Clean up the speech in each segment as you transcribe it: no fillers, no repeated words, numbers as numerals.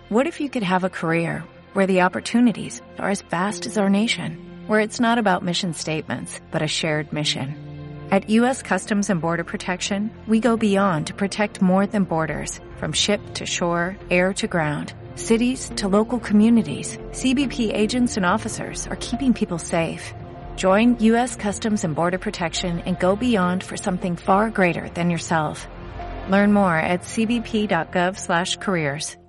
What if you could have a career where the opportunities are as vast as our nation, where it's not about mission statements, but a shared mission? At U.S. Customs and Border Protection, we go beyond to protect more than borders, from ship to shore, air to ground, cities to local communities. CBP agents and officers are keeping people safe. Join U.S. Customs and Border Protection and go beyond for something far greater than yourself. Learn more at cbp.gov/careers.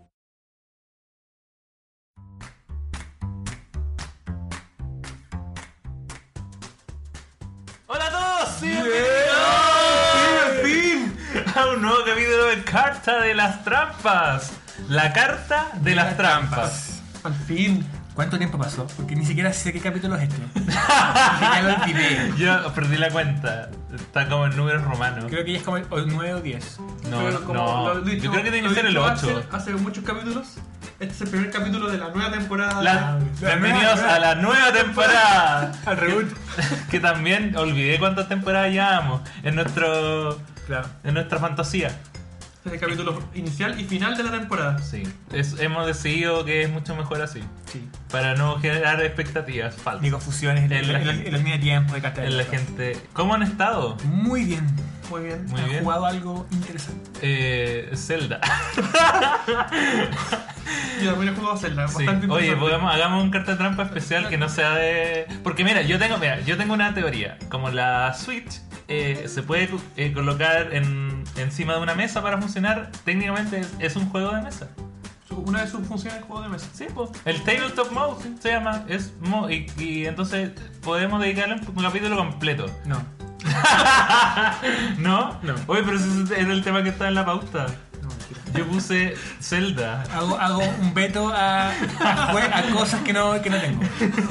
¡Hola a todos! ¡Al fin! A un nuevo capítulo de Carta de las Trampas. La carta de las trampas. Al fin. ¿Cuánto tiempo pasó? Porque ni siquiera sé qué capítulo es este. Ya lo olvidé. Yo perdí la cuenta. Está como en números romanos. Creo que ya es como el 9 o 10. No. Yo creo que tiene que ser el 8. Hace muchos capítulos. Este es el primer capítulo de la nueva temporada. Bienvenidos a la nueva temporada. Al reboot. Que también olvidé cuántas temporadas llevamos en nuestra fantasía. Este es el capítulo inicial y final de la temporada. Sí. Hemos decidido que es mucho mejor así. Sí. Para no generar expectativas falsas. Ni confusiones en la línea de tiempo de carta de la gente. ¿Cómo han estado? Muy bien. Muy bien. Muy bien. ¿Has jugado algo interesante? Zelda. Yo también he jugado Zelda. Sí. Bastante Oye, interesante. hagamos un carta de trampa especial que no sea de... Porque mira, yo tengo una teoría. Como la Switch se puede colocar encima de una mesa para funcionar, técnicamente es un juego de mesa. Una de sus funciones es juego de mesa. Sí, pues. El Tabletop Mode se llama. Y entonces podemos dedicarle un capítulo completo. No. ¿No? No. Oye, pero ese es el tema que está en la pauta. No, mentira. Yo puse Zelda. Hago un veto a cosas que no tengo.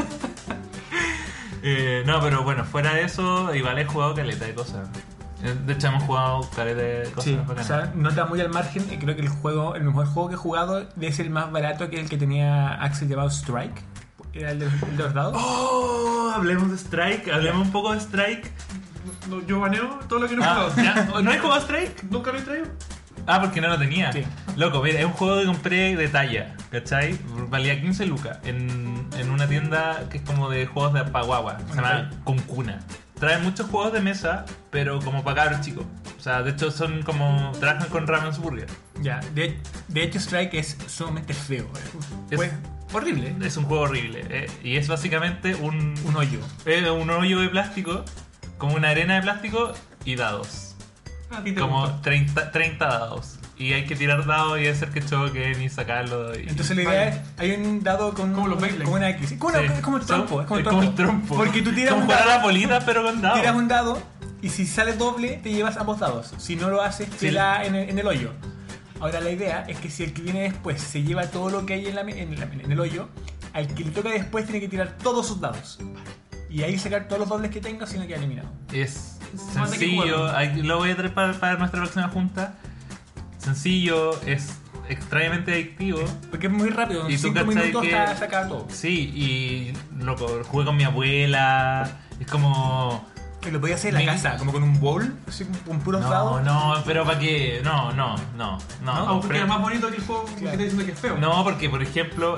No, pero bueno, fuera de eso, igual he jugado caleta de cosas. De hecho, hemos jugado caleta de cosas. Sí, bacanas. o sea, nota muy al margen. Y creo que el mejor juego que he jugado debe ser el más barato, que el que tenía Axel llamado Strike. Era el de los dados. Oh, hablemos de Strike, hablemos un poco de Strike. No, yo baneo todo lo que no he jugado. ¿Ya? ¿No has jugado Strike? Nunca lo he traído. Ah, porque no lo tenía. Sí. Loco, mira, es un juego que compré de talla, ¿cachai? Valía 15 lucas en una tienda que es como de juegos de paguagua, se llama Concuna. Trae muchos juegos de mesa, pero como para cabros chicos. O sea, de hecho son como... trabajan con Ramen Burger. Ya, de hecho Strike es sumamente feo. Es horrible. Es un juego horrible. Y es básicamente un hoyo. Un hoyo de plástico, como una arena de plástico y dados. A ti te Como gusta. 30 dados. Y hay que tirar dados y hacer que choquen y sacarlo. Entonces la idea es, hay un dado con Como los Beyblade. como una X. Como el trompo. Es como el trompo. Porque tú tiras como un jugar a dado, la bolita pero con dados. tiras un dado y si sale doble te llevas ambos dados. Si no lo haces, queda en el hoyo. Ahora la idea es que si el que viene después se lleva todo lo que hay en el hoyo, al que le toca después tiene que tirar todos sus dados. Y ahí sacar todos los dobles que tenga, si no queda eliminado. Es Más de que sencillo, juego. lo voy a traer para nuestra próxima junta. Sencillo, es extrañamente adictivo. Porque es muy rápido, en Y tú 5 cachai minutos que- está sacado todo. Sí, y loco, jugué con mi abuela. Es como... Que lo podía hacer en la casa, como con un bowl, así con puros dados. No, pero ¿para qué? No. Aunque queda más bonito que el juego que te diciendo que es feo. No, porque por ejemplo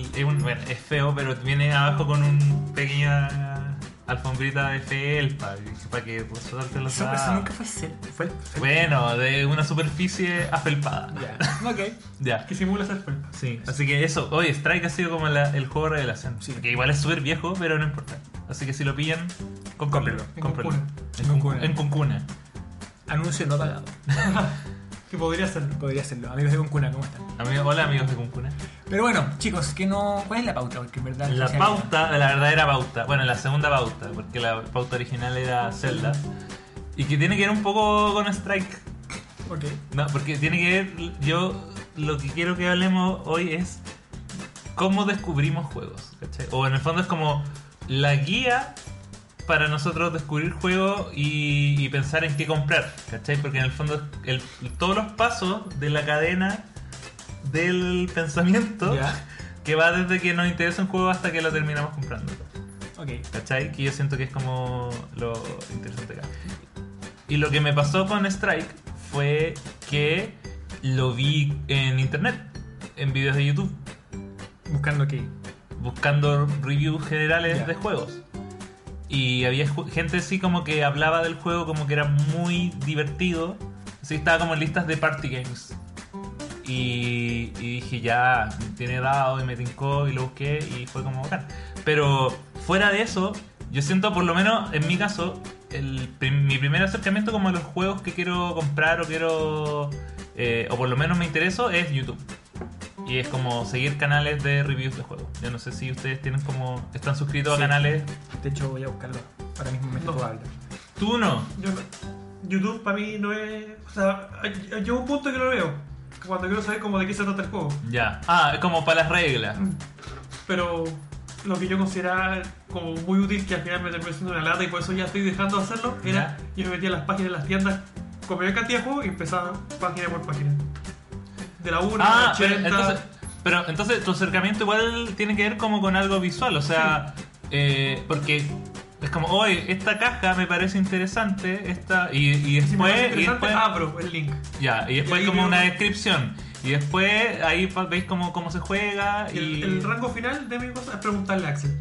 es feo, pero viene abajo con un pequeña alfombrita de felpa para que suelte los Eso dados. nunca fue Bueno, de una superficie afelpada. Ya, ok. Ya. Que simula ser felpa. Sí, así que eso, oye, Strike ha sido como el juego de revelación. Sí. Que igual es súper viejo, pero no importa. Así que si lo pillan, cómprenlo. En Cómprenlo. Concuna. En Concuna. Anuncio no pagado. Que podría ser. Podría serlo. Amigos de Concuna, ¿cómo están? Hola amigos de Concuna. Pero bueno, chicos, ¿cuál es la pauta? Porque en verdad La social- pauta, la verdadera pauta, bueno, la segunda pauta, porque la pauta original era Zelda. Y que tiene que ver un poco con Strike. Ok. No, porque tiene que ver, lo que quiero que hablemos hoy es cómo descubrimos juegos, ¿cachai? O en el fondo es como la guía para nosotros descubrir juegos y pensar en qué comprar, ¿cachai? Porque en el fondo todos los pasos de la cadena del pensamiento Ya. que va desde que nos interesa un juego hasta que lo terminamos comprando, Ok. ¿cachai? Que yo siento que es como lo interesante acá. Y lo que me pasó con Strike fue que lo vi en internet. en videos de YouTube, ¿Buscando qué? buscando reviews generales Ya. de juegos. Y había gente así como que hablaba del juego como que era muy divertido. Así estaba como en listas de party games. Y dije, ya, tiene dado, y me tincó y lo busqué y fue como bacán. Pero fuera de eso, yo siento, por lo menos en mi caso, mi primer acercamiento como a los juegos que quiero comprar o quiero... o por lo menos me intereso, es YouTube. Y es como seguir canales de reviews de juegos. Yo no sé si ustedes tienen como... están suscritos Sí. a canales. De hecho, voy a buscarlo. Ahora mismo me No. puedo hablar. Tú no. YouTube para mí no es. O sea, llega un punto que lo veo. Cuando quiero saber como de qué se trata el juego. Ya. Ah, es como para las reglas. Pero lo que yo consideraba como muy útil, que al final me terminó siendo una lata y por eso ya estoy dejando de hacerlo, era yo me metía a las páginas de las tiendas con mayor cantidad de juegos y empezaba página por página. De la 1 a la Ah, 80. pero entonces tu acercamiento igual tiene que ver como con algo visual, o sea, porque es como, oye, esta caja me parece interesante, y Si me parece después, interesante, abro el link. ya, y después y ahí como veo- una descripción, y después ahí veis cómo se juega y El rango final de mi cosa es preguntarle a Axel.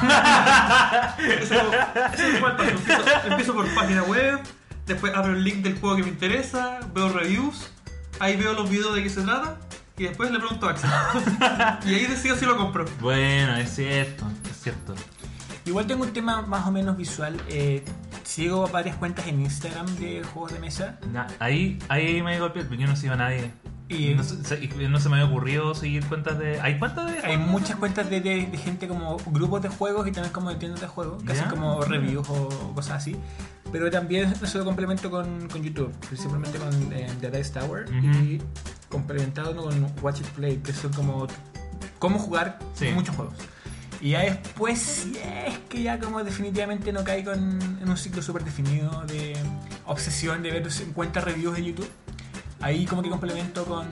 Eso es igual paso. Empiezo por página web, después abro el link del juego que me interesa, veo reviews, ahí veo los videos de qué se trata y después le pregunto a Axel. Y ahí decido si lo compro. Bueno, es cierto, es cierto. Igual tengo un tema más o menos visual. Sigo varias cuentas en Instagram de juegos de mesa. Ahí me golpeé, porque yo no sigo a nadie. Y No se me había ocurrido seguir cuentas de... ¿Hay cuentas de...? hay muchas cuentas de gente como grupos de juegos y también como de tiendas de juegos, que Ya. hacen como reviews o cosas así. Pero también eso lo complemento con YouTube, principalmente con The Dice Tower y complementado con Watch It Play, que son como cómo jugar Sí. muchos juegos. Y ya después, si es que ya como definitivamente no caigo en un ciclo súper definido de obsesión de ver 50 reviews de YouTube, ahí como que complemento con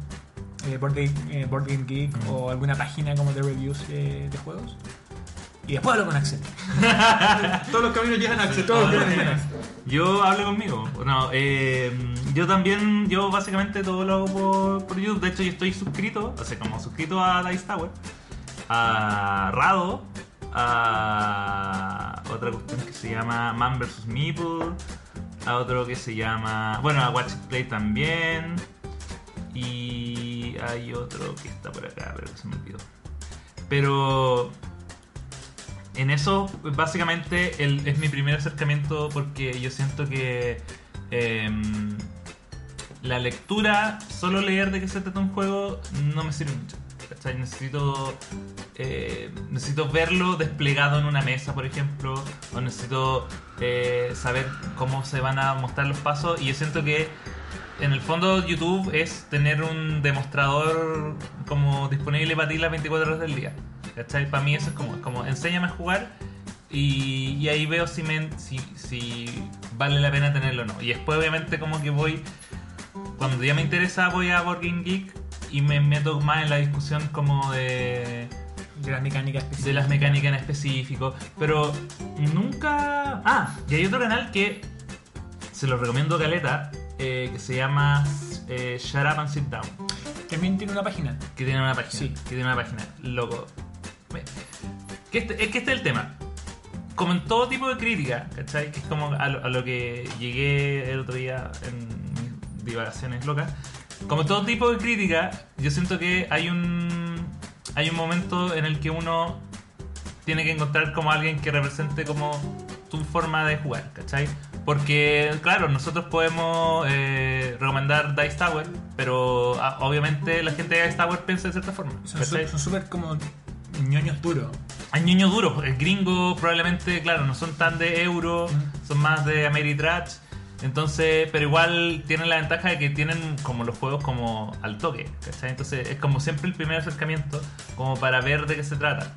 Board Game Geek o alguna página como de reviews de juegos. Y después hablo con Axel. Todos los caminos llegan a Axel. Todos Todos llegan a Axel. Yo hablo conmigo. No, yo básicamente todo lo hago por YouTube. De hecho, yo estoy suscrito, o sea, como suscrito a Dice Tower, a Rado, a otra cuestión que se llama Man vs. Meeple, a otro que se llama, bueno, a Watch It Play también, y hay otro que está por acá, pero que se me olvidó. Pero en eso, básicamente, es mi primer acercamiento porque yo siento que la lectura, solo leer de qué se trata un juego, no me sirve mucho. ¿Cachai? Necesito verlo desplegado en una mesa, por ejemplo, o necesito saber cómo se van a mostrar los pasos, y yo siento que en el fondo YouTube es tener un demostrador como disponible para ti las 24 horas del día. ¿Cachai? Para mí eso es como enséñame a jugar y ahí veo si vale la pena tenerlo o no. Y después obviamente como que cuando ya me interesa voy a Board Game Geek y me meto más en la discusión como de las mecánicas específicas. de las mecánicas en específico. Pero nunca... Ah, y hay otro canal que se lo recomiendo caleta, que se llama Shut Up and Sit Down. También tiene una página. Que tiene una página. Sí. Que tiene una página. Loco. Es que este es el tema. Como en todo tipo de crítica, ¿cachai? Que es como a lo que llegué el otro día en mis divagaciones locas. Como todo tipo de crítica, yo siento que hay un momento en el que uno tiene que encontrar como alguien que represente como tu forma de jugar, ¿cachai? Porque, claro, nosotros podemos recomendar Dice Tower, pero obviamente la gente de Dice Tower piensa de cierta forma. ¿cachai? Son súper como ñoños duros. Hay niños duros, el gringo probablemente, claro, no son tan de euro, son más de Ameritrash. Entonces, pero igual tienen la ventaja de que tienen como los juegos como al toque, ¿cachai? Entonces es como siempre el primer acercamiento como para ver de qué se trata.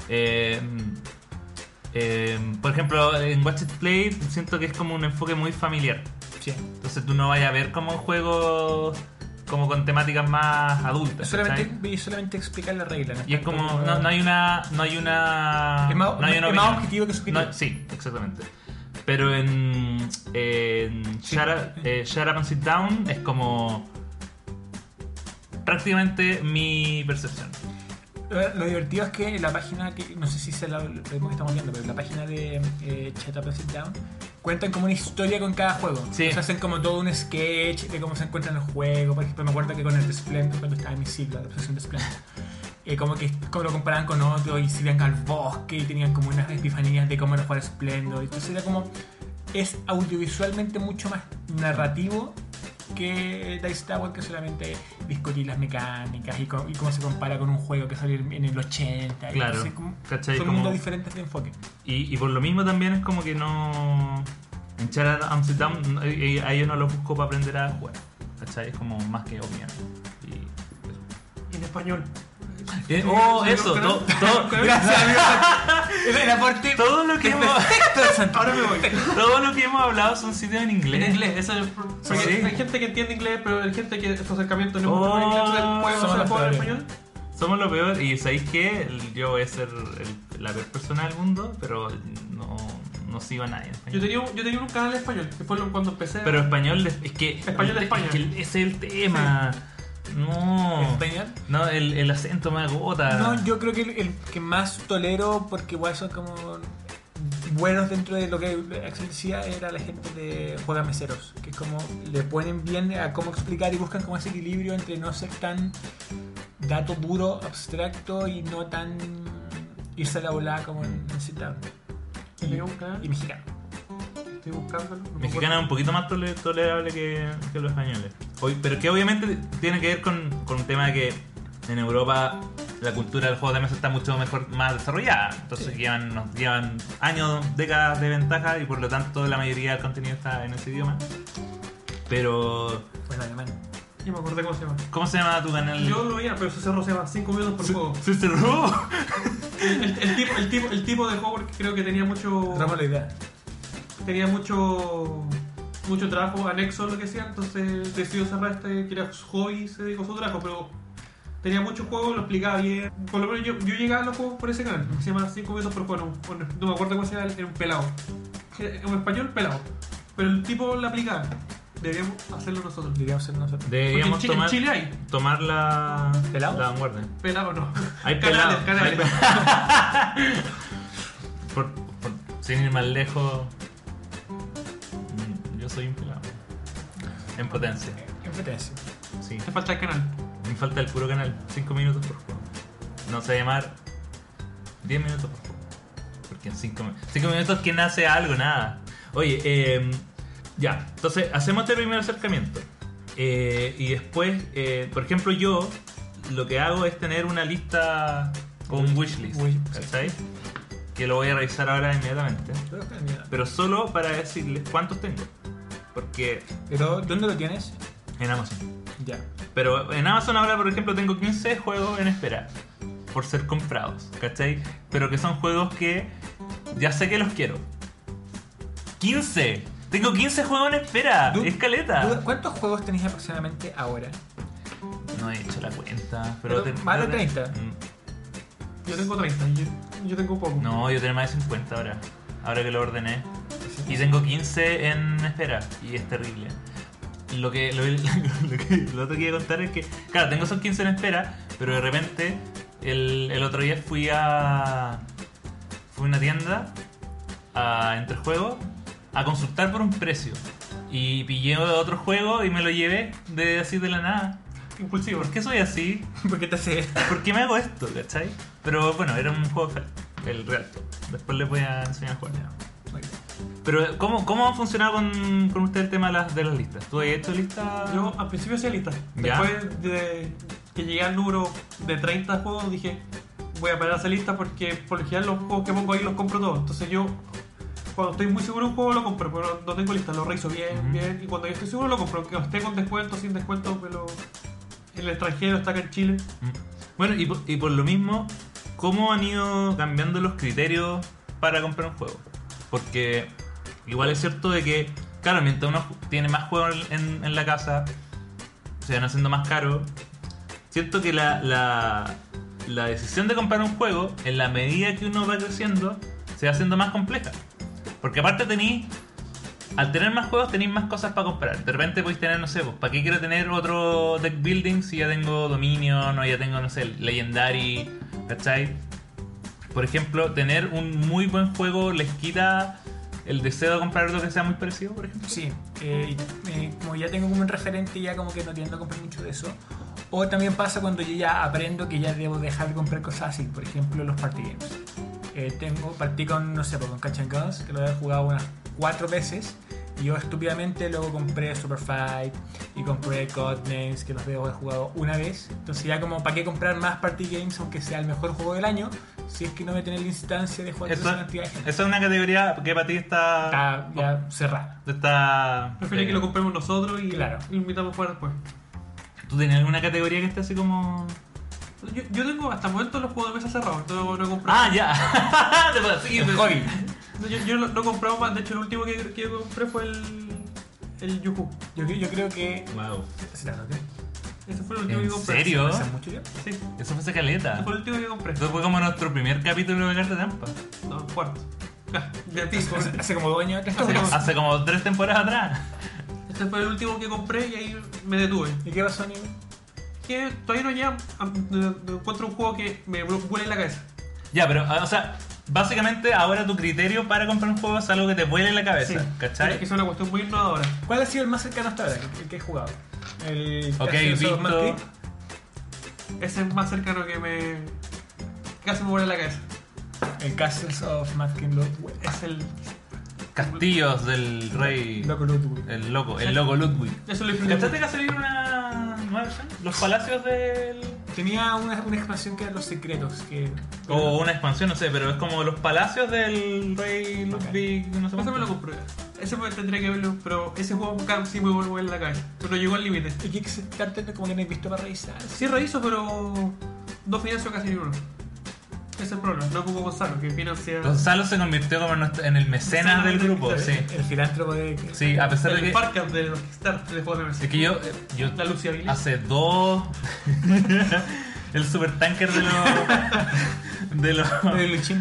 Por ejemplo, en Watch It Play siento que es como un enfoque muy familiar. Sí. Entonces tú no vayas a ver como juegos como con temáticas más adultas. ¿cachai? Solamente explicar la regla. Y es como, no hay una... Es más, no hay una es más opinión. objetivo que subjetivo. Sí, exactamente. Pero en Shut Up and Sit Down es como... prácticamente mi percepción. Lo divertido es que la página, que no sé si se la vemos que estamos viendo, pero la página de Shut Up and Sit Down cuentan como una historia con cada juego. Sí. O sea, hacen como todo un sketch de cómo se encuentran los juegos. Por ejemplo, me acuerdo que con el de Splendor, cuando estaba en mi sigla, la obsesión de Splendor, como lo comparaban con otro y se iban al bosque y tenían como unas epifanías de cómo era jugar Splendor. Entonces era como, es audiovisualmente mucho más narrativo que Dice Tower, que solamente discutir las mecánicas y cómo se compara con un juego que salió en el 80. Claro, Entonces, ¿cachai? son Como- mundos diferentes de enfoque. Y por lo mismo también es como que no... En Shut Up and Sit Down a ellos no los busco para aprender a jugar, ¿cachai? Es como más que obvio. En español. Eso, Gracias, amigo. El aporte todo lo que hemos... Ahora me voy. Todo lo que hemos hablado son sitios en En inglés. inglés, eso es porque Sí. hay gente que entiende inglés, pero hay gente que su acercamiento no es Oh, mucho en inglés, entonces puede somos hacer los juego en peores. español. Somos lo peor y ¿sabéis qué? Yo voy a ser la peor persona del mundo, pero no sigo a nadie en español. Yo tenía un canal en español, que fue cuando empecé. Pero español es que... Español de España. Es que ese es el tema. No. español. No, el acento me agota. No, yo creo que el que más tolero, porque igual son como buenos dentro de lo que Axel decía, era la gente de Juega Meseros, que es como le ponen bien a cómo explicar y buscan como ese equilibrio entre no ser tan dato puro, abstracto y no tan irse a la volada como en Sit Down. Tenía un canal, Y mexicano. estoy buscándolo. no me Mexicana es un poquito más tolerable que los españoles. Pero que obviamente tiene que ver con un tema de que en Europa la cultura del juego de mesa está mucho mejor, más desarrollada. Entonces Sí. nos llevan años, décadas de ventaja y por lo tanto la mayoría del contenido está en ese idioma. Pero... Bueno, alemán. acuerdo. Ya me acordé cómo se llama. ¿Cómo se llama tu canal? Yo lo veía, pero se cerró, se llama 5 minutos por juego. ¿Se cerró? El tipo de juego, porque creo que tenía mucho. Ramos la idea. Tenía mucho trabajo anexo a lo que hacía, entonces decidió cerrar que era su hobby y se dedicó a su trabajo, pero tenía muchos juegos, lo explicaba bien. Por lo menos yo llegaba a los juegos por ese canal, que se llama 5 minutos por juego, no me acuerdo cómo se llama, era un pelado. Era un español pelado, pero el tipo la aplicaba. Deberíamos hacerlo nosotros. Deberíamos ser nosotros. Deberíamos Porque en Chile hay tomar la ¿Pelados? la vanguardia. pelado, no. Hay canales, pelados. canales. Por- sin ir más lejos, yo soy un pelado. En potencia, En potencia. sí. Te falta el canal. Me falta el puro canal, 5 minutos por juego. No se va a llamar 10 minutos por juego. Porque en 5 minutos que nace algo, nada. Oye, ya, entonces hacemos este primer acercamiento. Y después, por ejemplo, yo lo que hago es tener una lista con wishlist, ¿cachai? Que lo voy a revisar ahora inmediatamente. Pero solo para decirles cuántos tengo. Porque Pero, ¿dónde lo tienes? en Amazon. Ya. Pero en Amazon ahora, por ejemplo, tengo 15 juegos en espera por ser comprados, ¿cachai? Pero que son juegos que ya sé que los quiero. ¡15! Tengo 15 juegos en espera. Du- Es caleta. ¿Cuántos juegos tenéis aproximadamente ahora? No he hecho la cuenta. Pero Más de 30. Yo tengo 30, yo tengo poco. No, yo tengo más de 50 ahora. Ahora que lo ordené. Y tengo 15 en espera. Y es terrible. Lo otro que iba a contar es que, claro, tengo esos 15 en espera, pero de repente el otro día fui a una tienda entre juegos a consultar por un precio. Y pillé otro juego y me lo llevé así de la nada. Impulsivo. ¿Por qué soy así? ¿Por qué te hace esto? ¿Por qué me hago esto? ¿Cachai? Pero bueno, era un juego el Real Talk. Después les voy a enseñar a jugar. Pero ¿cómo ha funcionado con usted el tema de las listas? ¿Tú has hecho listas? Yo al principio hacía lista. Ya. Después de que llegué al número de 30 juegos, dije, voy a parar a hacer lista porque por lo general los juegos que pongo ahí los compro todos. Entonces yo, cuando estoy muy seguro de un juego, lo compro, pero no tengo lista, lo reviso bien, Ujú. bien. Y cuando yo estoy seguro, lo compro. Aunque esté con descuento, sin descuento, pero en el extranjero, está acá en Chile. Bueno, y por lo mismo, ¿cómo han ido cambiando los criterios para comprar un juego? Porque igual es cierto de que, claro, mientras uno tiene más juegos en la casa, se van haciendo más caros. Siento que la decisión de comprar un juego, en la medida que uno va creciendo, se va haciendo más compleja. Porque aparte tení al tener más juegos tenéis más cosas para comprar. De repente podéis tener, no sé, pues, ¿para qué quiero tener otro deck building si ya tengo Dominion o ya tengo, no sé, Legendary? ¿Cachai? Por ejemplo, tener un muy buen juego les quita el deseo de comprar otro que sea muy parecido, por ejemplo. Sí, como ya tengo como un referente, ya como que no tiendo a comprar mucho de eso. O también pasa cuando yo ya aprendo que ya debo dejar de comprar cosas así, por ejemplo los party games. Partí con, no sé, con Catch and Guns, que lo he jugado unas 4 veces. Y yo estúpidamente luego compré Super Fight y compré Codenames, que los debo haber jugado una vez. Entonces ya como, ¿para qué comprar más party games aunque sea el mejor juego del año? Si es que no me tiene la instancia de jugar con esa cantidad de gente. Esa es una categoría que para ti está ya cerrada. Prefiero que lo compremos nosotros y Claro. lo invitamos a jugar después. ¿Tú tienes alguna categoría que esté así como...? Yo tengo hasta el momento los juegos de mesa cerrados, no he comprado. Ah, ya. Sí, El pues, hobby. Yo no he comprado más, de hecho el último que yo compré fue el Yuhu. Yo creo que... Wow. ¿Se la anoté? Ese fue el último ¿En que compré. serio? ¿Hace mucho tiempo? Sí, ese Eso fue esa caleta. fue el último que compré. Eso fue como nuestro primer capítulo de Carta Trampa. No, cuarto. De ti. Hace como 2 años atrás. Hace como 3 temporadas atrás. Este fue el último que compré y ahí me detuve. ¿Y qué pasó, Nico? Que todavía no llega, encuentro un juego que me vuela en la cabeza. Ya, pero, o sea, básicamente ahora tu criterio para comprar un juego es algo que te vuele en la cabeza, Es ¿cachai? que es una cuestión muy innovadora. ¿Cuál ha sido el más cercano hasta ahora, el que he jugado? El Ok, Castles of Mad visto. Creek. Ese es más cercano que casi me vuela en la cabeza. El Castles of Mad King Ludwig. Es el... Castillos del rey. Loco Ludwig. El loco Ludwig. Eso lo disfruté. ¿Cachaste que va a salir una nueva versión? Los palacios del. Tenía una expansión que era Los Secretos. O una expansión, no sé, pero es como los palacios del rey Ludwig, no sé Ese me lo cuánto. compré. Ese tendría que verlo, pero ese juego sí me vuelve en la cabeza. Pero llegó al límite. ¿Y Kickstarter como que no he visto para revisar? Sí reviso, pero no financio casi ninguno. Ese es el problema, no como Gonzalo, que financia... Gonzalo se convirtió como en el mecenas del grupo, sí. El filántropo de... Sí, a pesar de el que. Farcap de los Kickstarter de juegos de mesa. Es que yo La Lucia Aguilera. hace 2. El supertanker de los. de Luchín.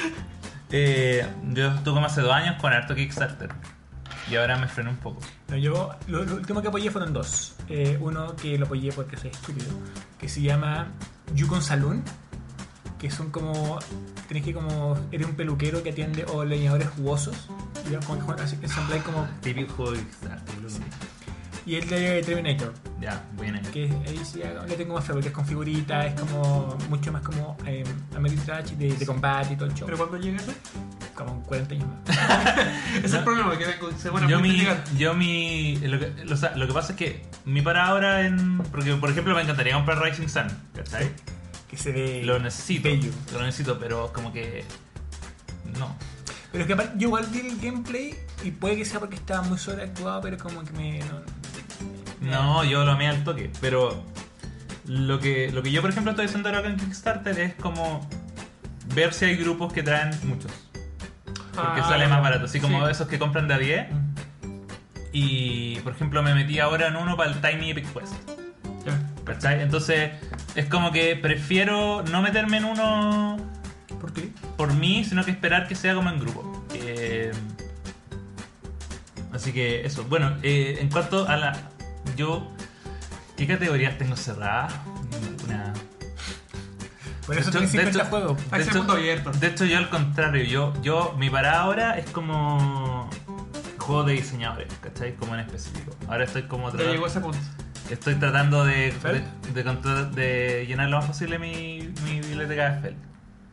Yo estuve como hace 2 años con harto Kickstarter. Y ahora me frené un poco. No, yo lo último que apoyé fueron 2. Uno que lo apoyé porque soy estúpido, que se llama Yukon Saloon, que son como... Tenés que como... Eres un peluquero que atiende o leñadores jugosos. Y yo como que así que ensambláis como... Típico juego de Kickstarter. Y el de Terminator, Ya, bien ahí. que ahí sí le tengo más fe porque es con figuritas, es como... Mucho más como... American Trash de combate y todo el show. Pero cuando llega ese, Como en 40 años más. ese es el problema, que se van a criticar. Lo que pasa es que mi para ahora porque por ejemplo me encantaría comprar Rising Sun, ¿cachai? Que se ve... Lo necesito, bello. lo necesito, pero como que no. Pero es que aparte, yo igual vi el gameplay y puede que sea porque estaba muy sobreactuado, pero como que me... No, yo lo amé al toque, pero lo que yo por ejemplo estoy haciendo ahora con Kickstarter es como ver si hay grupos que traen muchos. Porque sale más barato, así como sí. esos que compran de a 10. Y por ejemplo me metí ahora en uno para el Tiny Epic Quest. Ya. ¿Cachai? Entonces es como que prefiero no meterme en uno ¿Por qué? por mí, sino que esperar que sea como en grupo. Así que eso. Bueno, en cuanto a la... ¿Qué categorías tengo cerradas? Ninguna. Por eso De tenés hecho- 50 de hecho- juegos. Hay que ser mundo abierto. De hecho, yo al contrario, mi parada ahora es como juegos de diseñadores, ¿cachai? Como en específico. Ahora estoy como Ya llegó tratando, ese punto. estoy tratando ¿Felt? de llenar lo más posible mi biblioteca de Felt.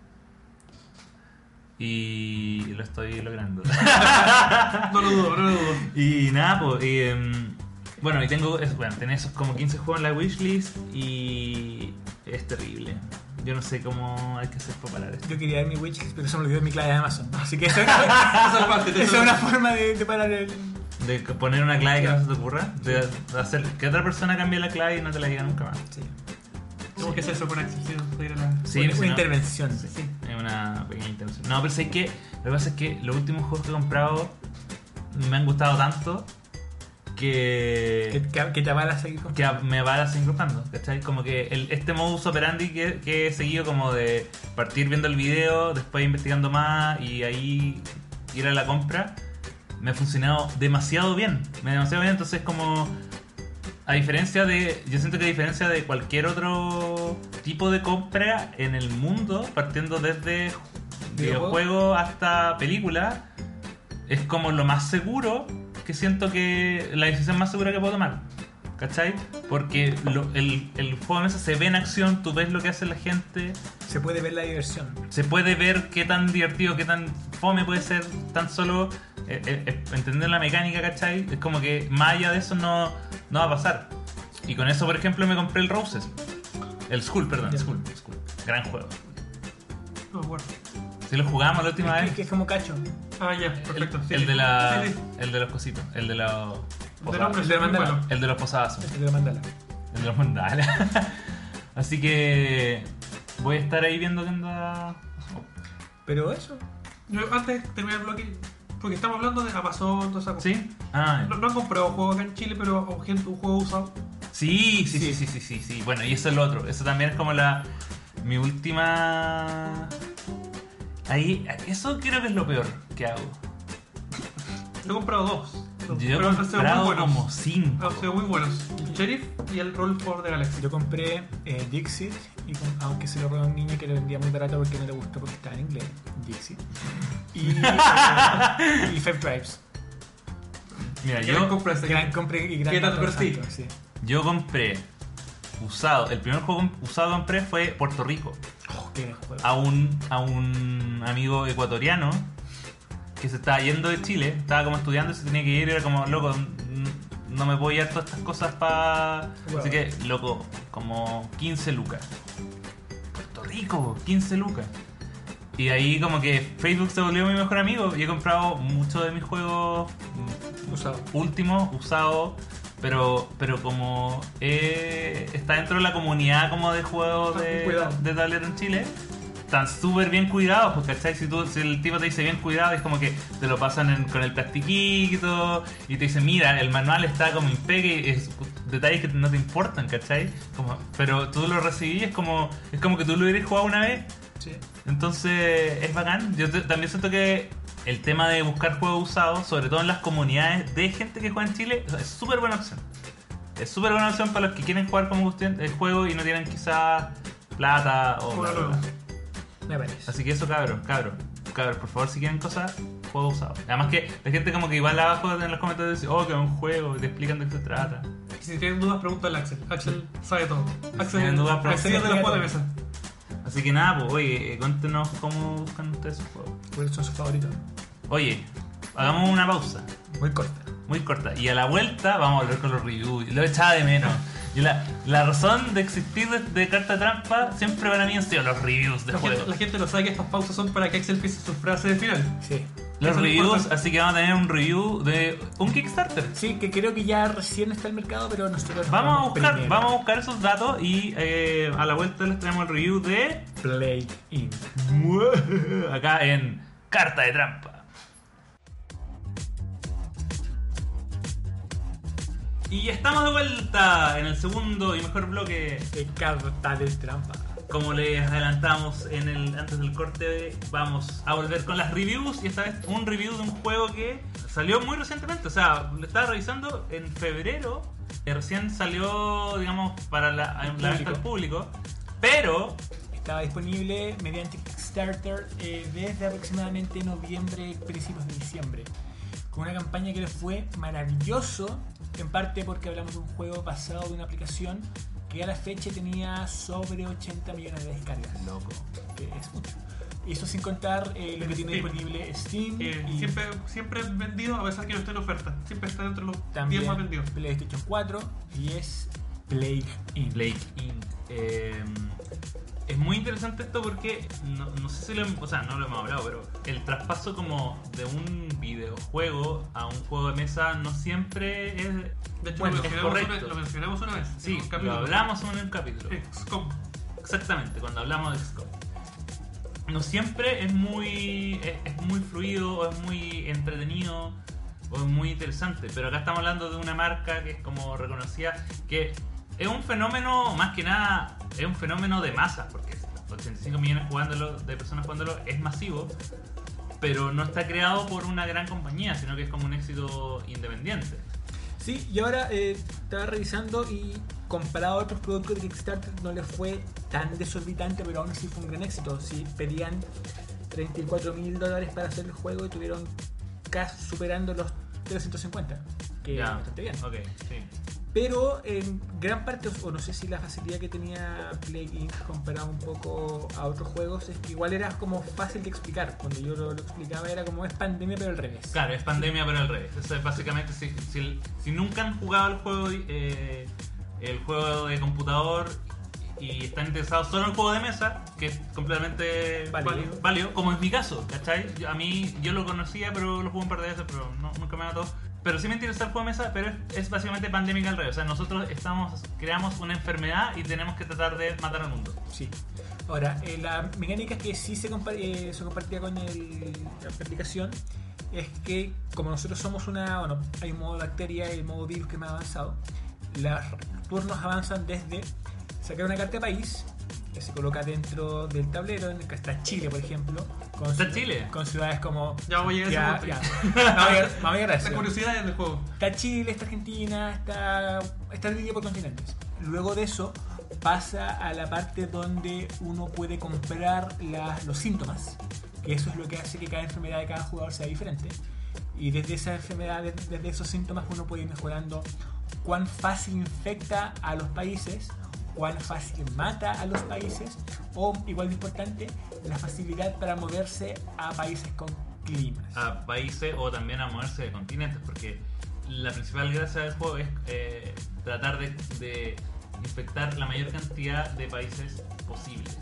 Y lo estoy logrando. No lo dudo. Y nada, pues. Bueno, y tengo esos como 15 juegos en la wishlist y es terrible. Yo no sé cómo hay que hacer para parar esto. Yo quería dar mi wishlist, pero se me olvidó mi clave de Amazon. Así que esa Esa es una forma de parar el... De poner una clave que no Claro. se te ocurra. De hacer que otra persona cambie la clave y no te la diga nunca más. Sí. Tenemos que hacer eso con excepción. Sí, una si no- intervención. Sí, es una pequeña intervención. No, pero sé que lo que pasa es que los últimos juegos que he comprado me han gustado tanto que Que te avala a seguir con... me va a seguir comprando, ¿cachai? Como que este modus operandi que he seguido como de partir viendo el video, después investigando más y ahí ir a la compra, me ha funcionado demasiado bien. Entonces como... A diferencia de... Yo siento que a diferencia de cualquier otro tipo de compra en el mundo, partiendo desde videojuegos hasta películas, es como lo más seguro que siento que... La decisión más segura que puedo tomar. ¿Cachai? Porque el juego de mesa se ve en acción, tú ves lo que hace la gente. Se puede ver la diversión. Se puede ver qué tan divertido, qué tan fome puede ser tan solo entender la mecánica, ¿cachai? Es como que más allá de eso no va a pasar. Y con eso, por ejemplo, me compré el Roses. El Skull, perdón, Ya. Skull. Gran juego. No me acuerdo. Si lo jugamos la última Es vez. que es como cacho. Ah, ya, perfecto. Sí, El sí. de la... Sí, sí. El de los cositos. El de los... De nombre, El de sí, muy Mandala. bueno. El de los posadazos. Este te lo mandala. El de los mandales. Así que... Voy a estar ahí viendo qué anda... Pero eso. Yo, antes de terminar el bloque, porque estamos hablando de Amazon, toda esa cosa. ¿Sí? Ah, No han comprado juegos acá en Chile, pero un juego usado. Sí. Bueno, y eso es lo otro. Eso también es como mi última... Ahí, eso creo que es lo peor que hago. Yo he comprado dos. Yo Pero he han sido muy comprado buenos. como 5. Han sido muy buenos. El Sheriff y el Roll for the Galaxy. Yo compré Dixit, aunque se lo robó a un niño que lo vendía muy barato porque no le gustó porque estaba en inglés. Dixit. Y Five Tribes. Mira, ¿Quién compra ese? Gran compre y gran ¿Qué tal dato perfil? santo, sí. yo compré usado. El primer juego usado que compré fue Puerto Rico. Oh, qué gran juego. A un amigo ecuatoriano que se estaba yendo de Chile. Estaba como estudiando y se tenía que ir. Y era como, loco, no me puedo llevar todas estas cosas para... Wow. Así que, loco, como 15 lucas. Puerto Rico, 15 lucas. Y ahí como que Facebook se volvió mi mejor amigo. Y he comprado muchos de mis juegos Usado. últimos, usados. Pero como está dentro de la comunidad como de juegos Cuidado. de tablero en Chile, están súper bien cuidados, porque ¿cachai? Si el tipo te dice bien cuidado, es como que te lo pasan con el plastiquito y te dicen, mira, el manual está como impeque, es detalles que no te importan, ¿cachai? Pero tú lo recibís, es como que tú lo hubieras jugado una vez. Sí. Entonces es bacán. Yo también siento que el tema de buscar juegos usados, sobre todo en las comunidades de gente que juega en Chile, es súper buena opción. Es súper buena opción para los que quieren jugar como usted el juego y no tienen quizás plata o bla, bla, bla. Me parece. Así que eso, cabros, por favor, si quieren cosas, juego usado. Además que la gente como que igual abajo en los comentarios dice, oh, que es un juego, y te explican de qué se trata. Y si tienen dudas, pregúntale a Axel. Axel sabe todo. Axel tienen dudas, Axel es de los juegos de mesa. Así que nada, pues, oye, cuéntenos cómo buscan ustedes sus juegos. ¿Cuáles son sus favoritos? Oye, hagamos una pausa. Muy corta. Muy corta. Y a la vuelta vamos a volver con los reviews. Lo echaba de menos. Y la razón de existir de Carta Trampa siempre para mí han sido los reviews de juegos. La gente no sabe que estas pausas son para que Axel empiece su frase de final. Sí. Los eso es lo reviews, importante. así que vamos a tener un review de un Kickstarter. Sí, que creo que ya recién está en el mercado, pero nosotros Vamos a primero. buscar esos datos y a la vuelta les traemos el review de Play In. acá en Carta de Trampa. Y estamos de vuelta en el segundo y mejor bloque. De carta de trampa. Como les adelantamos antes del corte, vamos a volver con las reviews. Y esta vez un review de un juego que salió muy recientemente. O sea, lo estaba revisando en febrero. Recién salió, digamos, para la venta al público. Pero Estaba disponible mediante Kickstarter desde aproximadamente noviembre, principios de diciembre. Con una campaña que les fue maravilloso, en parte porque hablamos de un juego basado de una aplicación que a la fecha tenía sobre 80 millones de descargas. loco. Que es mucho. Y eso sin contar lo que tiene Steam. disponible Steam y Siempre es vendido a pesar que no esté en oferta. Siempre está entre los 10 también más vendidos. PlayStation 4 y es Plague In. Blake Inc. Es muy interesante esto porque no sé si no lo hemos hablado, pero el traspaso como de un videojuego a un juego de mesa no siempre es... De hecho, Bueno, lo, es mencionamos correcto. lo mencionamos una vez. Sí, en un lo capítulo. hablamos en un capítulo. XCOM. Exactamente, cuando hablamos de XCOM. No siempre es muy fluido o es muy entretenido o es muy interesante, pero acá estamos hablando de una marca que es como reconocida, que es un fenómeno, más que nada, es un fenómeno de masa, porque 85 millones de personas jugándolo es masivo, pero no está creado por una gran compañía, sino que es como un éxito independiente. Sí, y ahora estaba revisando y comparado a otros productos de Kickstarter no les fue tan desorbitante, pero aún así fue un gran éxito. Sí, pedían $34,000 para hacer el juego y tuvieron casi superando los 350, que es bastante bien. Ok, sí. Pero en gran parte, o no sé si la facilidad que tenía Plague Inc. comparado un poco a otros juegos, es que igual era como fácil de explicar. Cuando yo lo explicaba era como es pandemia pero al revés. Claro, es pandemia pero al revés. Eso es básicamente, si nunca han jugado el juego de computador y están interesados solo en el juego de mesa, que es completamente válido, como es mi caso, ¿cachai? Yo lo conocía, pero lo jugué un par de veces, pero nunca me mató. Pero sí me interesa el juego de mesa, pero es básicamente pandémica al revés. O sea, nosotros creamos una enfermedad y tenemos que tratar de matar al mundo. Sí. Ahora, la mecánica que sí se compartía con la aplicación es que como nosotros somos hay un modo bacteria y el modo virus que es más avanzado, los turnos avanzan desde sacar una carta de país que se coloca dentro del tablero, en el que está Chile, por ejemplo. ¿Está Chile? Con ciudades como... Ya vamos a llegar a ese punto. Vamos a llegar a eso. La curiosidad del juego. Está Chile, está Argentina, está dividido por continentes. Luego de eso pasa a la parte donde uno puede comprar los síntomas, que eso es lo que hace que cada enfermedad de cada jugador sea diferente. Y desde esa enfermedad, desde esos síntomas, uno puede ir mejorando cuán fácil infecta a los países, cuán fácil mata a los países, o, igual de importante, la facilidad para moverse a países con climas. A países o también a moverse de continentes, porque la principal gracia del juego es tratar de infectar la mayor cantidad de países posibles.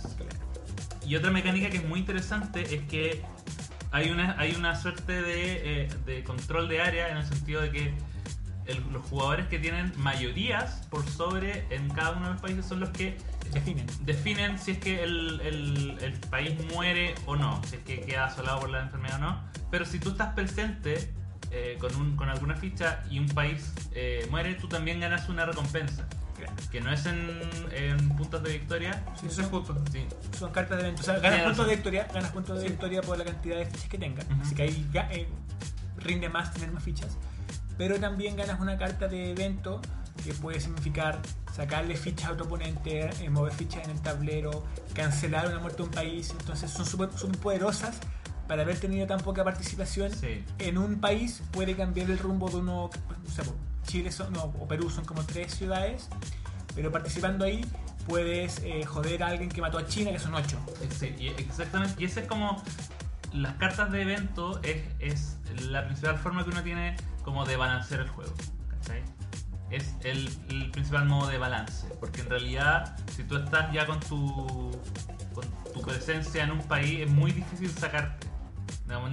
Y otra mecánica que es muy interesante es que hay una suerte de control de área, en el sentido de que los jugadores que tienen mayorías por sobre en cada uno de los países son los que definen si es que el país muere o no, si es que queda asolado por la enfermedad o no. Pero si tú estás presente con alguna ficha y un país muere, tú también ganas una recompensa. Que no es en puntos de victoria. Sí, son puntos. Sí. Son cartas de evento. O sea, ganas puntos de victoria por la cantidad de fichas que tengas. Así que ahí rinde más tener más fichas. Pero también ganas una carta de evento que puede significar sacarle fichas a otro oponente, mover fichas en el tablero, cancelar una muerte de un país. Entonces son súper poderosas. Para haber tenido tan poca participación en un país, puede cambiar el rumbo de uno. O sea, Chile o Perú son como 3 ciudades, pero participando ahí puedes joder a alguien que mató a China, que son 8. Sí, exactamente. Y esa es como... Las cartas de evento es la principal forma que uno tiene como de balancear el juego, ¿cachai? Es el principal modo de balance, porque en realidad si tú estás ya con tu presencia en un país, es muy difícil sacarte. No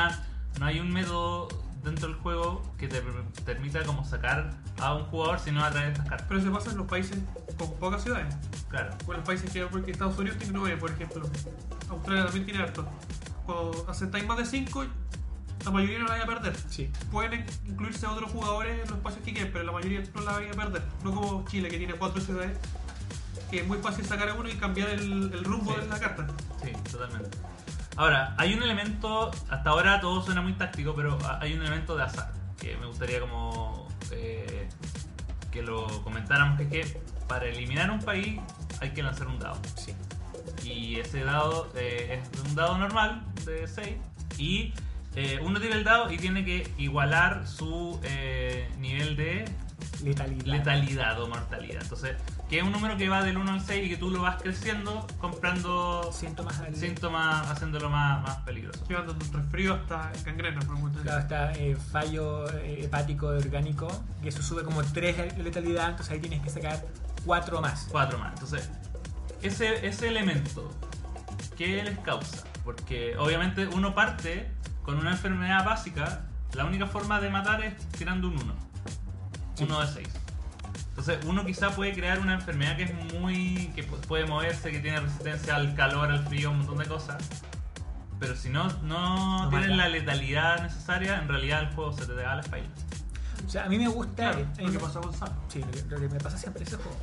hay un método dentro del juego que te permita como sacar a un jugador si no a través de estas cartas. Pero se pasa en los países con pocas ciudades. Claro. O en los países porque Estados Unidos tiene 9, por ejemplo. Australia también tiene harto. Cuando aceptáis más de 5, la mayoría no la vais a perder. Sí. Pueden incluirse a otros jugadores en los espacios que quieran, pero la mayoría no la vais a perder. No como Chile, que tiene 4 ciudades, que es muy fácil sacar a uno y cambiar el rumbo de la carta. Sí, totalmente. Ahora, hay un elemento, hasta ahora todo suena muy táctico, pero hay un elemento de azar que me gustaría como que lo comentáramos, que es que para eliminar un país hay que lanzar un dado. Sí. Y ese dado es un dado normal de 6 y uno tira el dado y tiene que igualar su nivel de letalidad o mortalidad. Entonces, que es un número que va del 1 al 6 y que tú lo vas creciendo comprando síntomas haciéndolo más peligroso. Llevando un resfrío hasta gangrena, por mucho. Claro, está fallo hepático orgánico, que eso sube como 3 de letalidad, entonces ahí tienes que sacar 4 más. 4 más. Entonces, ese elemento, ¿qué les causa? Porque obviamente uno parte con una enfermedad básica, la única forma de matar es tirando un 1. Sí. 1 de 6. Entonces uno quizá puede crear una enfermedad que es que puede moverse, que tiene resistencia al calor, al frío, un montón de cosas. Pero si no tienes la letalidad necesaria, en realidad el juego se te da a la espalda. O sea, a mí me gusta... Claro, lo que pasa con Sam. Sí, lo que me pasa siempre en ese juego.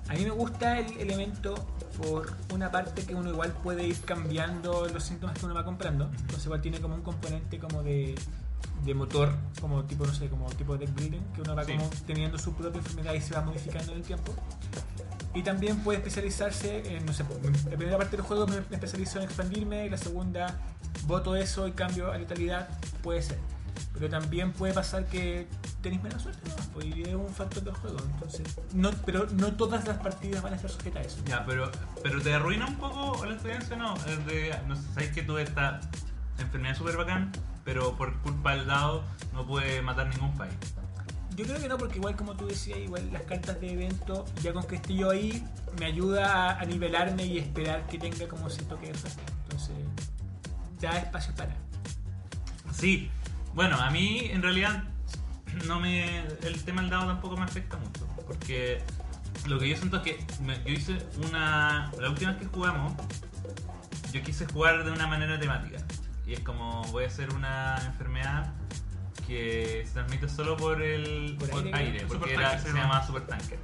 A mí me gusta el elemento por una parte que uno igual puede ir cambiando los síntomas que uno va comprando. Entonces igual tiene como un componente como de motor, como tipo, no sé, como tipo deck building, que uno va Sí. como teniendo su propia enfermedad y se va modificando en el tiempo. Y también puede especializarse en, no sé, la primera parte del juego me especializo en expandirme, y la segunda voto eso y cambio a letalidad, puede ser. Pero también puede pasar que tenéis menos suerte, ¿no? Pues, y es un factor del juego. Entonces, pero no todas las partidas van a estar sujetas a eso. Ya, pero te arruina un poco la experiencia, ¿no? No sé, sabes que tuve esta enfermedad súper bacán, pero por culpa del dado no puede matar ningún país. Yo creo que no, porque igual como tú decías, igual las cartas de evento, ya con que esté yo ahí, me ayuda a nivelarme y esperar que tenga como ese toque de suerte. Entonces, da espacio para. Sí, bueno, a mí en realidad el tema del dado tampoco me afecta mucho, porque lo que yo siento es que yo hice la última vez que jugamos, yo quise jugar de una manera temática, y es como voy a hacer una enfermedad que se transmite solo por aire, porque se llamaba Super Tanker.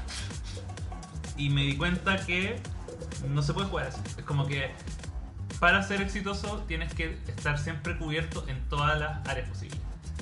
Y me di cuenta que no se puede jugar así. Es como que para ser exitoso tienes que estar siempre cubierto en todas las áreas posibles.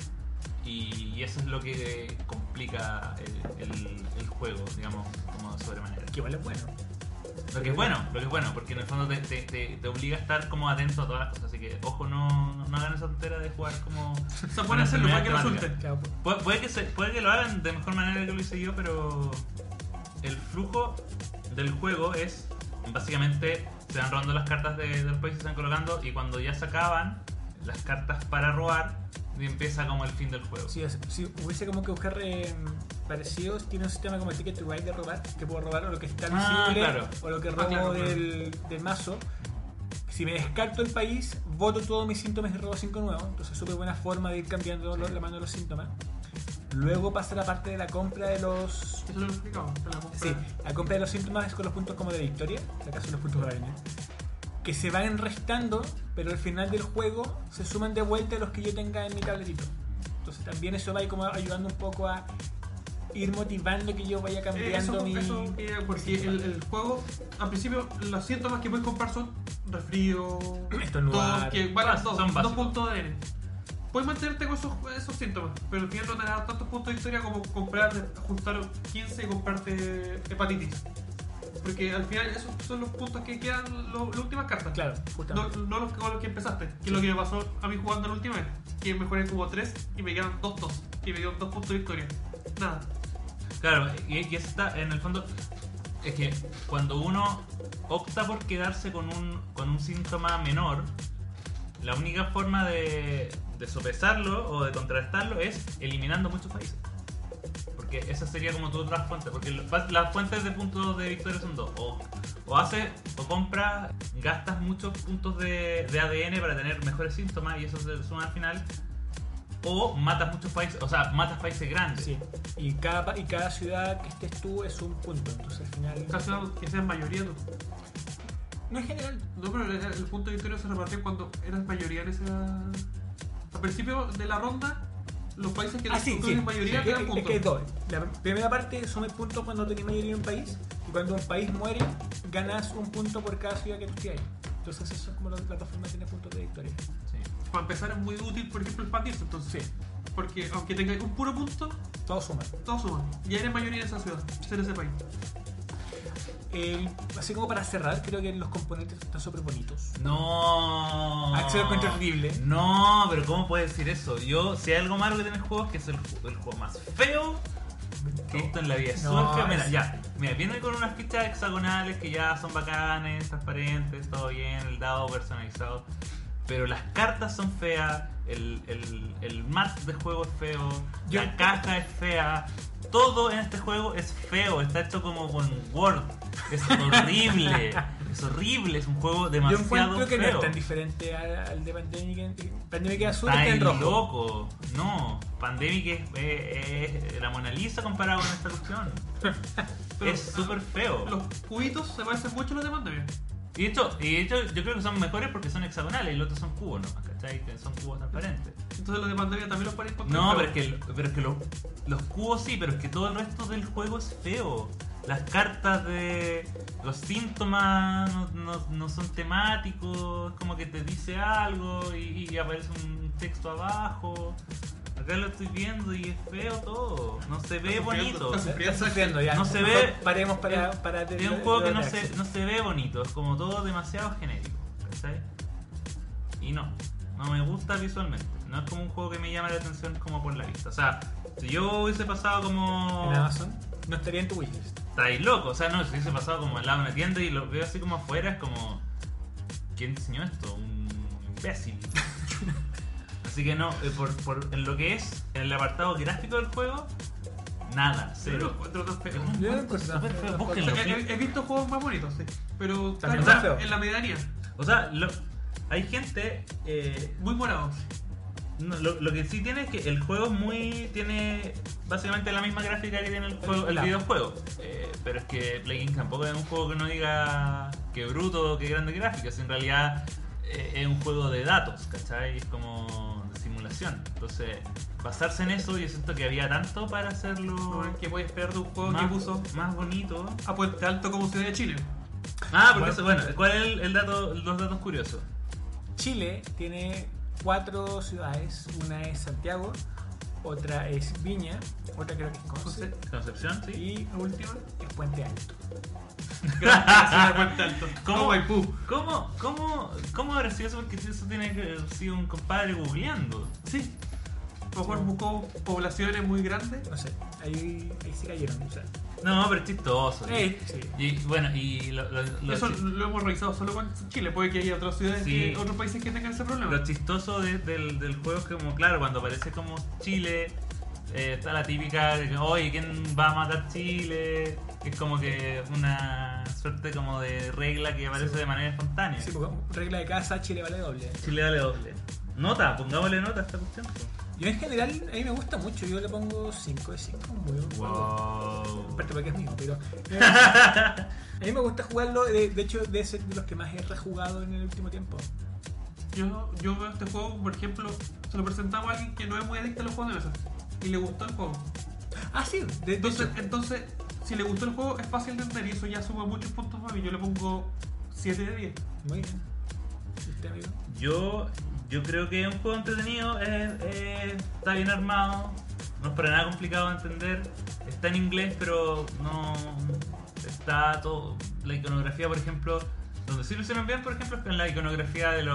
Y eso es lo que complica el juego, digamos, como de sobremanera. Que igual es bueno. Lo que es bueno, porque en el fondo te obliga a estar como atento a todas las cosas, así que ojo, no hagan esa tontera de jugar como... O sea, pueden hacerlo para que resulte. Claro, Puede que lo hagan de mejor manera que lo hice yo, pero el flujo del juego es básicamente se van robando las cartas de los países, se van colocando, y cuando ya se acaban las cartas para robar, y empieza como el fin del juego. si hubiese como que buscar parecidos, tiene un sistema como el Ticket to Ride de robar, que puedo robar o lo que está visible, claro. o lo que robo claro. del mazo. Si me descarto el país, voto todos mis síntomas y robo 5 nuevos. Entonces, súper buena forma de ir cambiando la mano de los síntomas. Luego pasa la parte de la compra de los... Eso lo he explicado. De la compra. Sí, la compra de los síntomas es con los puntos como de victoria, si acaso los puntos de daño, que se van restando, pero al final del juego se suman de vuelta los que yo tenga en mi tablerito. Entonces también eso va a ir como ayudando un poco a ir motivando que yo vaya cambiando porque el juego, al principio, los síntomas que puedes comprar son resfrío, estornudar, que van a son 2 puntos de ADN. Puedes mantenerte con esos síntomas, pero al final no te da tantos puntos de victoria como ajustar 15 y comprarte hepatitis. Porque al final esos son los puntos que quedan las últimas cartas. Claro, justamente. No los con los que empezaste. Que es lo que me pasó a mí jugando la última vez. Que mejoré como 3 y me quedan 2-2. Y me dieron 2 puntos de victoria. Nada. Claro, y eso está en el fondo. Es que cuando uno opta por quedarse con un síntoma menor, la única forma de sopesarlo o de contrarrestarlo es eliminando muchos países. Porque esa sería como tu otra fuente. Porque las fuentes de puntos de victoria son dos. O compras, gastas muchos puntos de ADN para tener mejores síntomas y eso se suma al final. O matas muchos países, o sea, matas países grandes. Sí, y cada ciudad que estés tú es un punto. Entonces al final. Cada ciudad que sea mayoría tú. No es general. No, pero el punto de victoria se repartía cuando eras mayoría en esa. Al principio de la ronda, los países que sí. mayoría Es te dan que puntos. hay dos. La primera parte sume puntos cuando tenés mayoría en un país, y cuando un país muere, ganas un punto por cada ciudad que tú estés ahí. Entonces eso es como las dos formas de tener puntos de victoria. Sí. Para empezar es muy útil, por ejemplo, expandirse. Entonces, Sí, porque aunque tengáis un puro punto, todo suma. todos suman. Ya eres mayoría en esa ciudad, en ese país. Así como para cerrar, creo que los componentes están súper bonitos. No. Axel lo encuentro horrible. No, pero ¿cómo puedes decir eso? Si hay algo malo que tiene el juego es que es el juego más feo que he visto en la vida. Es No, súper feo. Mira, viene con unas fichas hexagonales que ya son bacanes, transparentes, todo bien, el dado personalizado. Pero las cartas son feas, el mat de juego es feo, la caja es fea. Todo en este juego es feo, está hecho como con Word. Es horrible, es un juego Yo demasiado encuentro que feo. no es tan diferente al de Pandemic. Pandemic azul Está está en rojo. loco. No, Pandemic es la Mona Lisa comparado con esta cuestión. Pero, Es súper feo. Los cubitos se parecen mucho a los de Pandemia. Y de hecho, yo creo que son mejores porque son hexagonales y los otros son cubos, ¿no? ¿Cachai? Que son cubos transparentes. Entonces los de Pandemia también los ponéis con No, pero es que los cubos sí, pero es que todo el resto del juego es feo. las cartas de los síntomas no son temáticos, es como que te dice algo y aparece un texto abajo. Acá lo estoy viendo y es feo todo, no se ve bonito. Está sufriendo ya. No se Mejor ve. Paremos para Es un juego que no se ve bonito, es como todo demasiado genérico, ¿cachai? Y no me gusta visualmente. No es como un juego que me llame la atención como por la vista. O sea, si yo hubiese pasado como... En Amazon no estaría en tu wishlist. Estáis loco, o sea, no, si hubiese pasado como al lado de una tienda y lo veo así como afuera, es como... ¿Quién diseñó esto? Un imbécil. Así que no, en lo que es en el apartado gráfico del juego, nada, Pero lo cero. encuentro tan feo. Es un Yo lo juego encuentro súper feo. feo, O búsquenlo. sea, he visto juegos más bonitos, sí. Pero También está más feo. en la medianía. O sea, hay gente... Muy morado. No, lo que sí tiene es que el juego tiene básicamente la misma gráfica que tiene el Claro. videojuego. Pero es que Plague Inc. tampoco es un juego que uno diga que bruto, que grande gráficas. En realidad es un juego de datos, ¿cachai? Es como de simulación. Entonces, basarse en eso, yo siento que había tanto para hacerlo ¿Qué puedes esperar de un juego que puso más bonito. a Puente Alto como ciudad de Chile? Porque ¿cuál es los datos curiosos? Chile tiene 4 ciudades. Una es Santiago, otra es Viña, otra creo que es Conce, Concepción, sí. y la última es Puente Alto. Gracias a Puente Alto. ¿Cómo? Como Maipú. ¿Cómo habrá sido eso? Porque eso tiene que haber sido un compadre googleando. Sí. A lo mejor buscó poblaciones muy grandes. No sé, ahí se cayeron. O sea, No, pero es chistoso. sí. Y bueno, Eso lo hemos revisado solo con Chile. Puede que haya otras ciudades, Sí. otros países que tengan ese problema. lo chistoso del juego es que, como, claro, cuando aparece como Chile, está la típica de que, oye, ¿quién va a matar Chile? Es como que una suerte como de regla que aparece de manera espontánea. Sí, porque regla de casa, Chile vale doble. Chile vale doble. Nota, pongámosle nota a esta cuestión. Yo en general, a mí me gusta mucho, yo le pongo 5 de 5, muy buen juego. Wow. Aparte porque es mío, pero... a mí me gusta jugarlo, de hecho, de ser de los que más he rejugado en el último tiempo. Yo veo este juego, por ejemplo, se lo presentamos a alguien que no es muy adicto a los juegos de mesa y le gustó el juego. Ah, sí, de Entonces, si le gustó el juego, es fácil de entender y eso ya suma muchos puntos para mí. Yo le pongo 7 de 10. Muy bien. ¿Y usted, amigo? Yo creo que es un juego entretenido, está bien armado, no es para nada complicado de entender, está en inglés, pero no está todo. La iconografía, por ejemplo, donde sí lo hicieron bien, por ejemplo, es en la iconografía de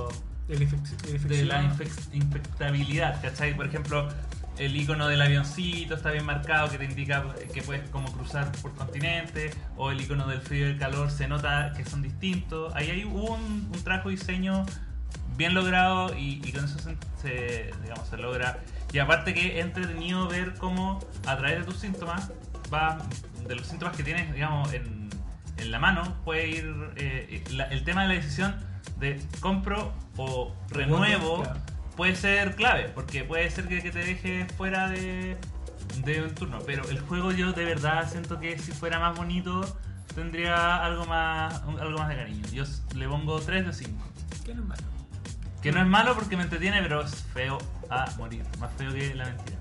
de la infectabilidad, ¿cachai? Por ejemplo, el icono del avioncito está bien marcado, que te indica que puedes como cruzar por continente, o el icono del frío y el calor se nota que son distintos. Ahí hubo un trabajo de diseño bien logrado y con eso se logra. Y aparte que es entretenido ver cómo a través de tus síntomas, de los síntomas que tienes, digamos, en la mano, puede ir el tema de la decisión de compro o renuevo. Claro. Puede ser clave, porque puede ser que te deje fuera de un turno. Pero el juego, yo de verdad siento que si fuera más bonito tendría algo más de cariño. Yo le pongo 3 de 5. Que no es malo. Que no es malo porque me entretiene, pero es feo a morir. Más feo que la mentira.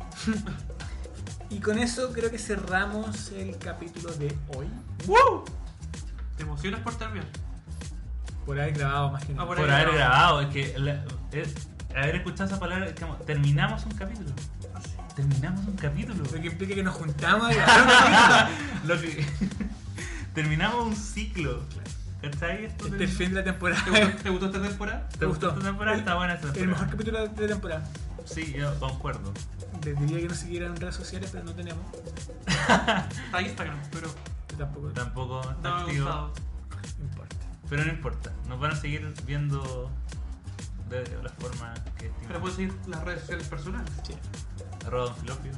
Y con eso creo que cerramos el capítulo de hoy. ¡Woo! ¿Te emocionas por terminar? Por haber grabado más que nada. Ah, Por haber grabado. Es que haber escuchado esa palabra, es como, terminamos un capítulo. Terminamos un capítulo. Lo que implica que nos juntamos a grabar un capítulo. Lo que terminamos un ciclo. ¿Cachai? Esto Este es el fin de la temporada. ¿Te gustó esta temporada? ¿Te gustó esta temporada? Está buena esta El temporada. mejor capítulo de la temporada. Sí, yo concuerdo. Les diría que nos siguieran en redes sociales, pero no tenemos. Está Instagram, pero Yo tampoco. Tampoco está no me ha activo. gustado. No importa. Pero no importa. Nos van a seguir viendo de la forma que Pero estimamos. puedes seguir las redes sociales personales. Sí. @donfilopio.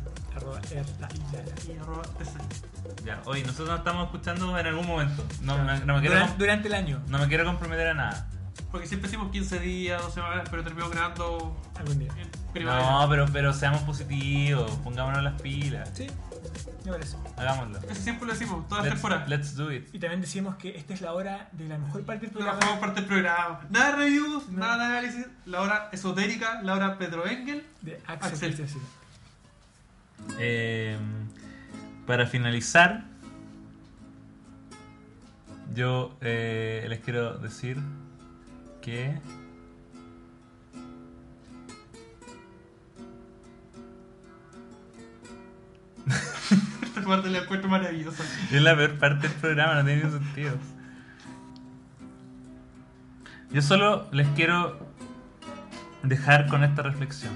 Y arroba TC. Ya, hoy nosotros nos estamos escuchando en algún momento. No me quiero Durante el año. no me quiero comprometer a nada. Porque siempre decimos 15 días, 2 semanas, pero terminamos grabando Algún día. en primavera. No, pero seamos positivos, pongámonos las pilas, Sí, me parece. hagámoslo. Eso siempre lo decimos, todas las temporadas. Let's do it. Y también decimos que esta es la hora de la mejor parte del No programa. formamos parte del programa. Nada de reviews, No. nada de análisis. La hora esotérica, la hora Pedro Engel. De Axel. Christensen. Para finalizar, yo les quiero decir que... Esta parte la encuentro maravillosa. Es la peor parte del programa, no tiene ningún sentido. Yo solo les quiero dejar con esta reflexión.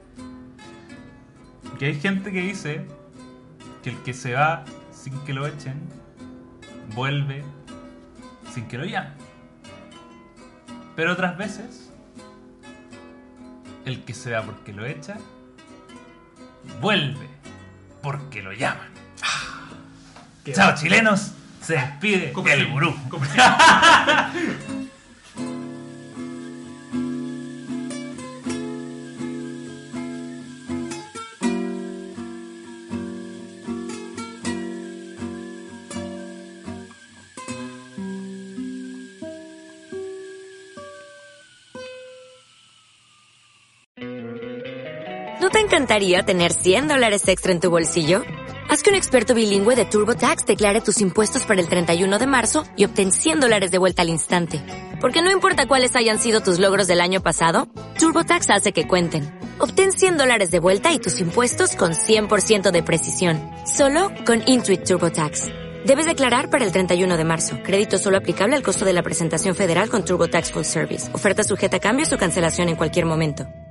Que hay gente que dice que el que se va sin que lo echen, vuelve sin que lo llamen. Pero otras veces, el que se va porque lo echa, vuelve porque lo llaman. Chao, chilenos. Se despide el gurú. ¿No te encantaría tener $100 extra en tu bolsillo? Haz que un experto bilingüe de TurboTax declare tus impuestos para el 31 de marzo y obtén $100 de vuelta al instante. Porque no importa cuáles hayan sido tus logros del año pasado, TurboTax hace que cuenten. Obtén $100 de vuelta y tus impuestos con 100% de precisión. Solo con Intuit TurboTax. Debes declarar para el 31 de marzo. Crédito solo aplicable al costo de la presentación federal con TurboTax Full Service. Oferta sujeta a cambios o cancelación en cualquier momento.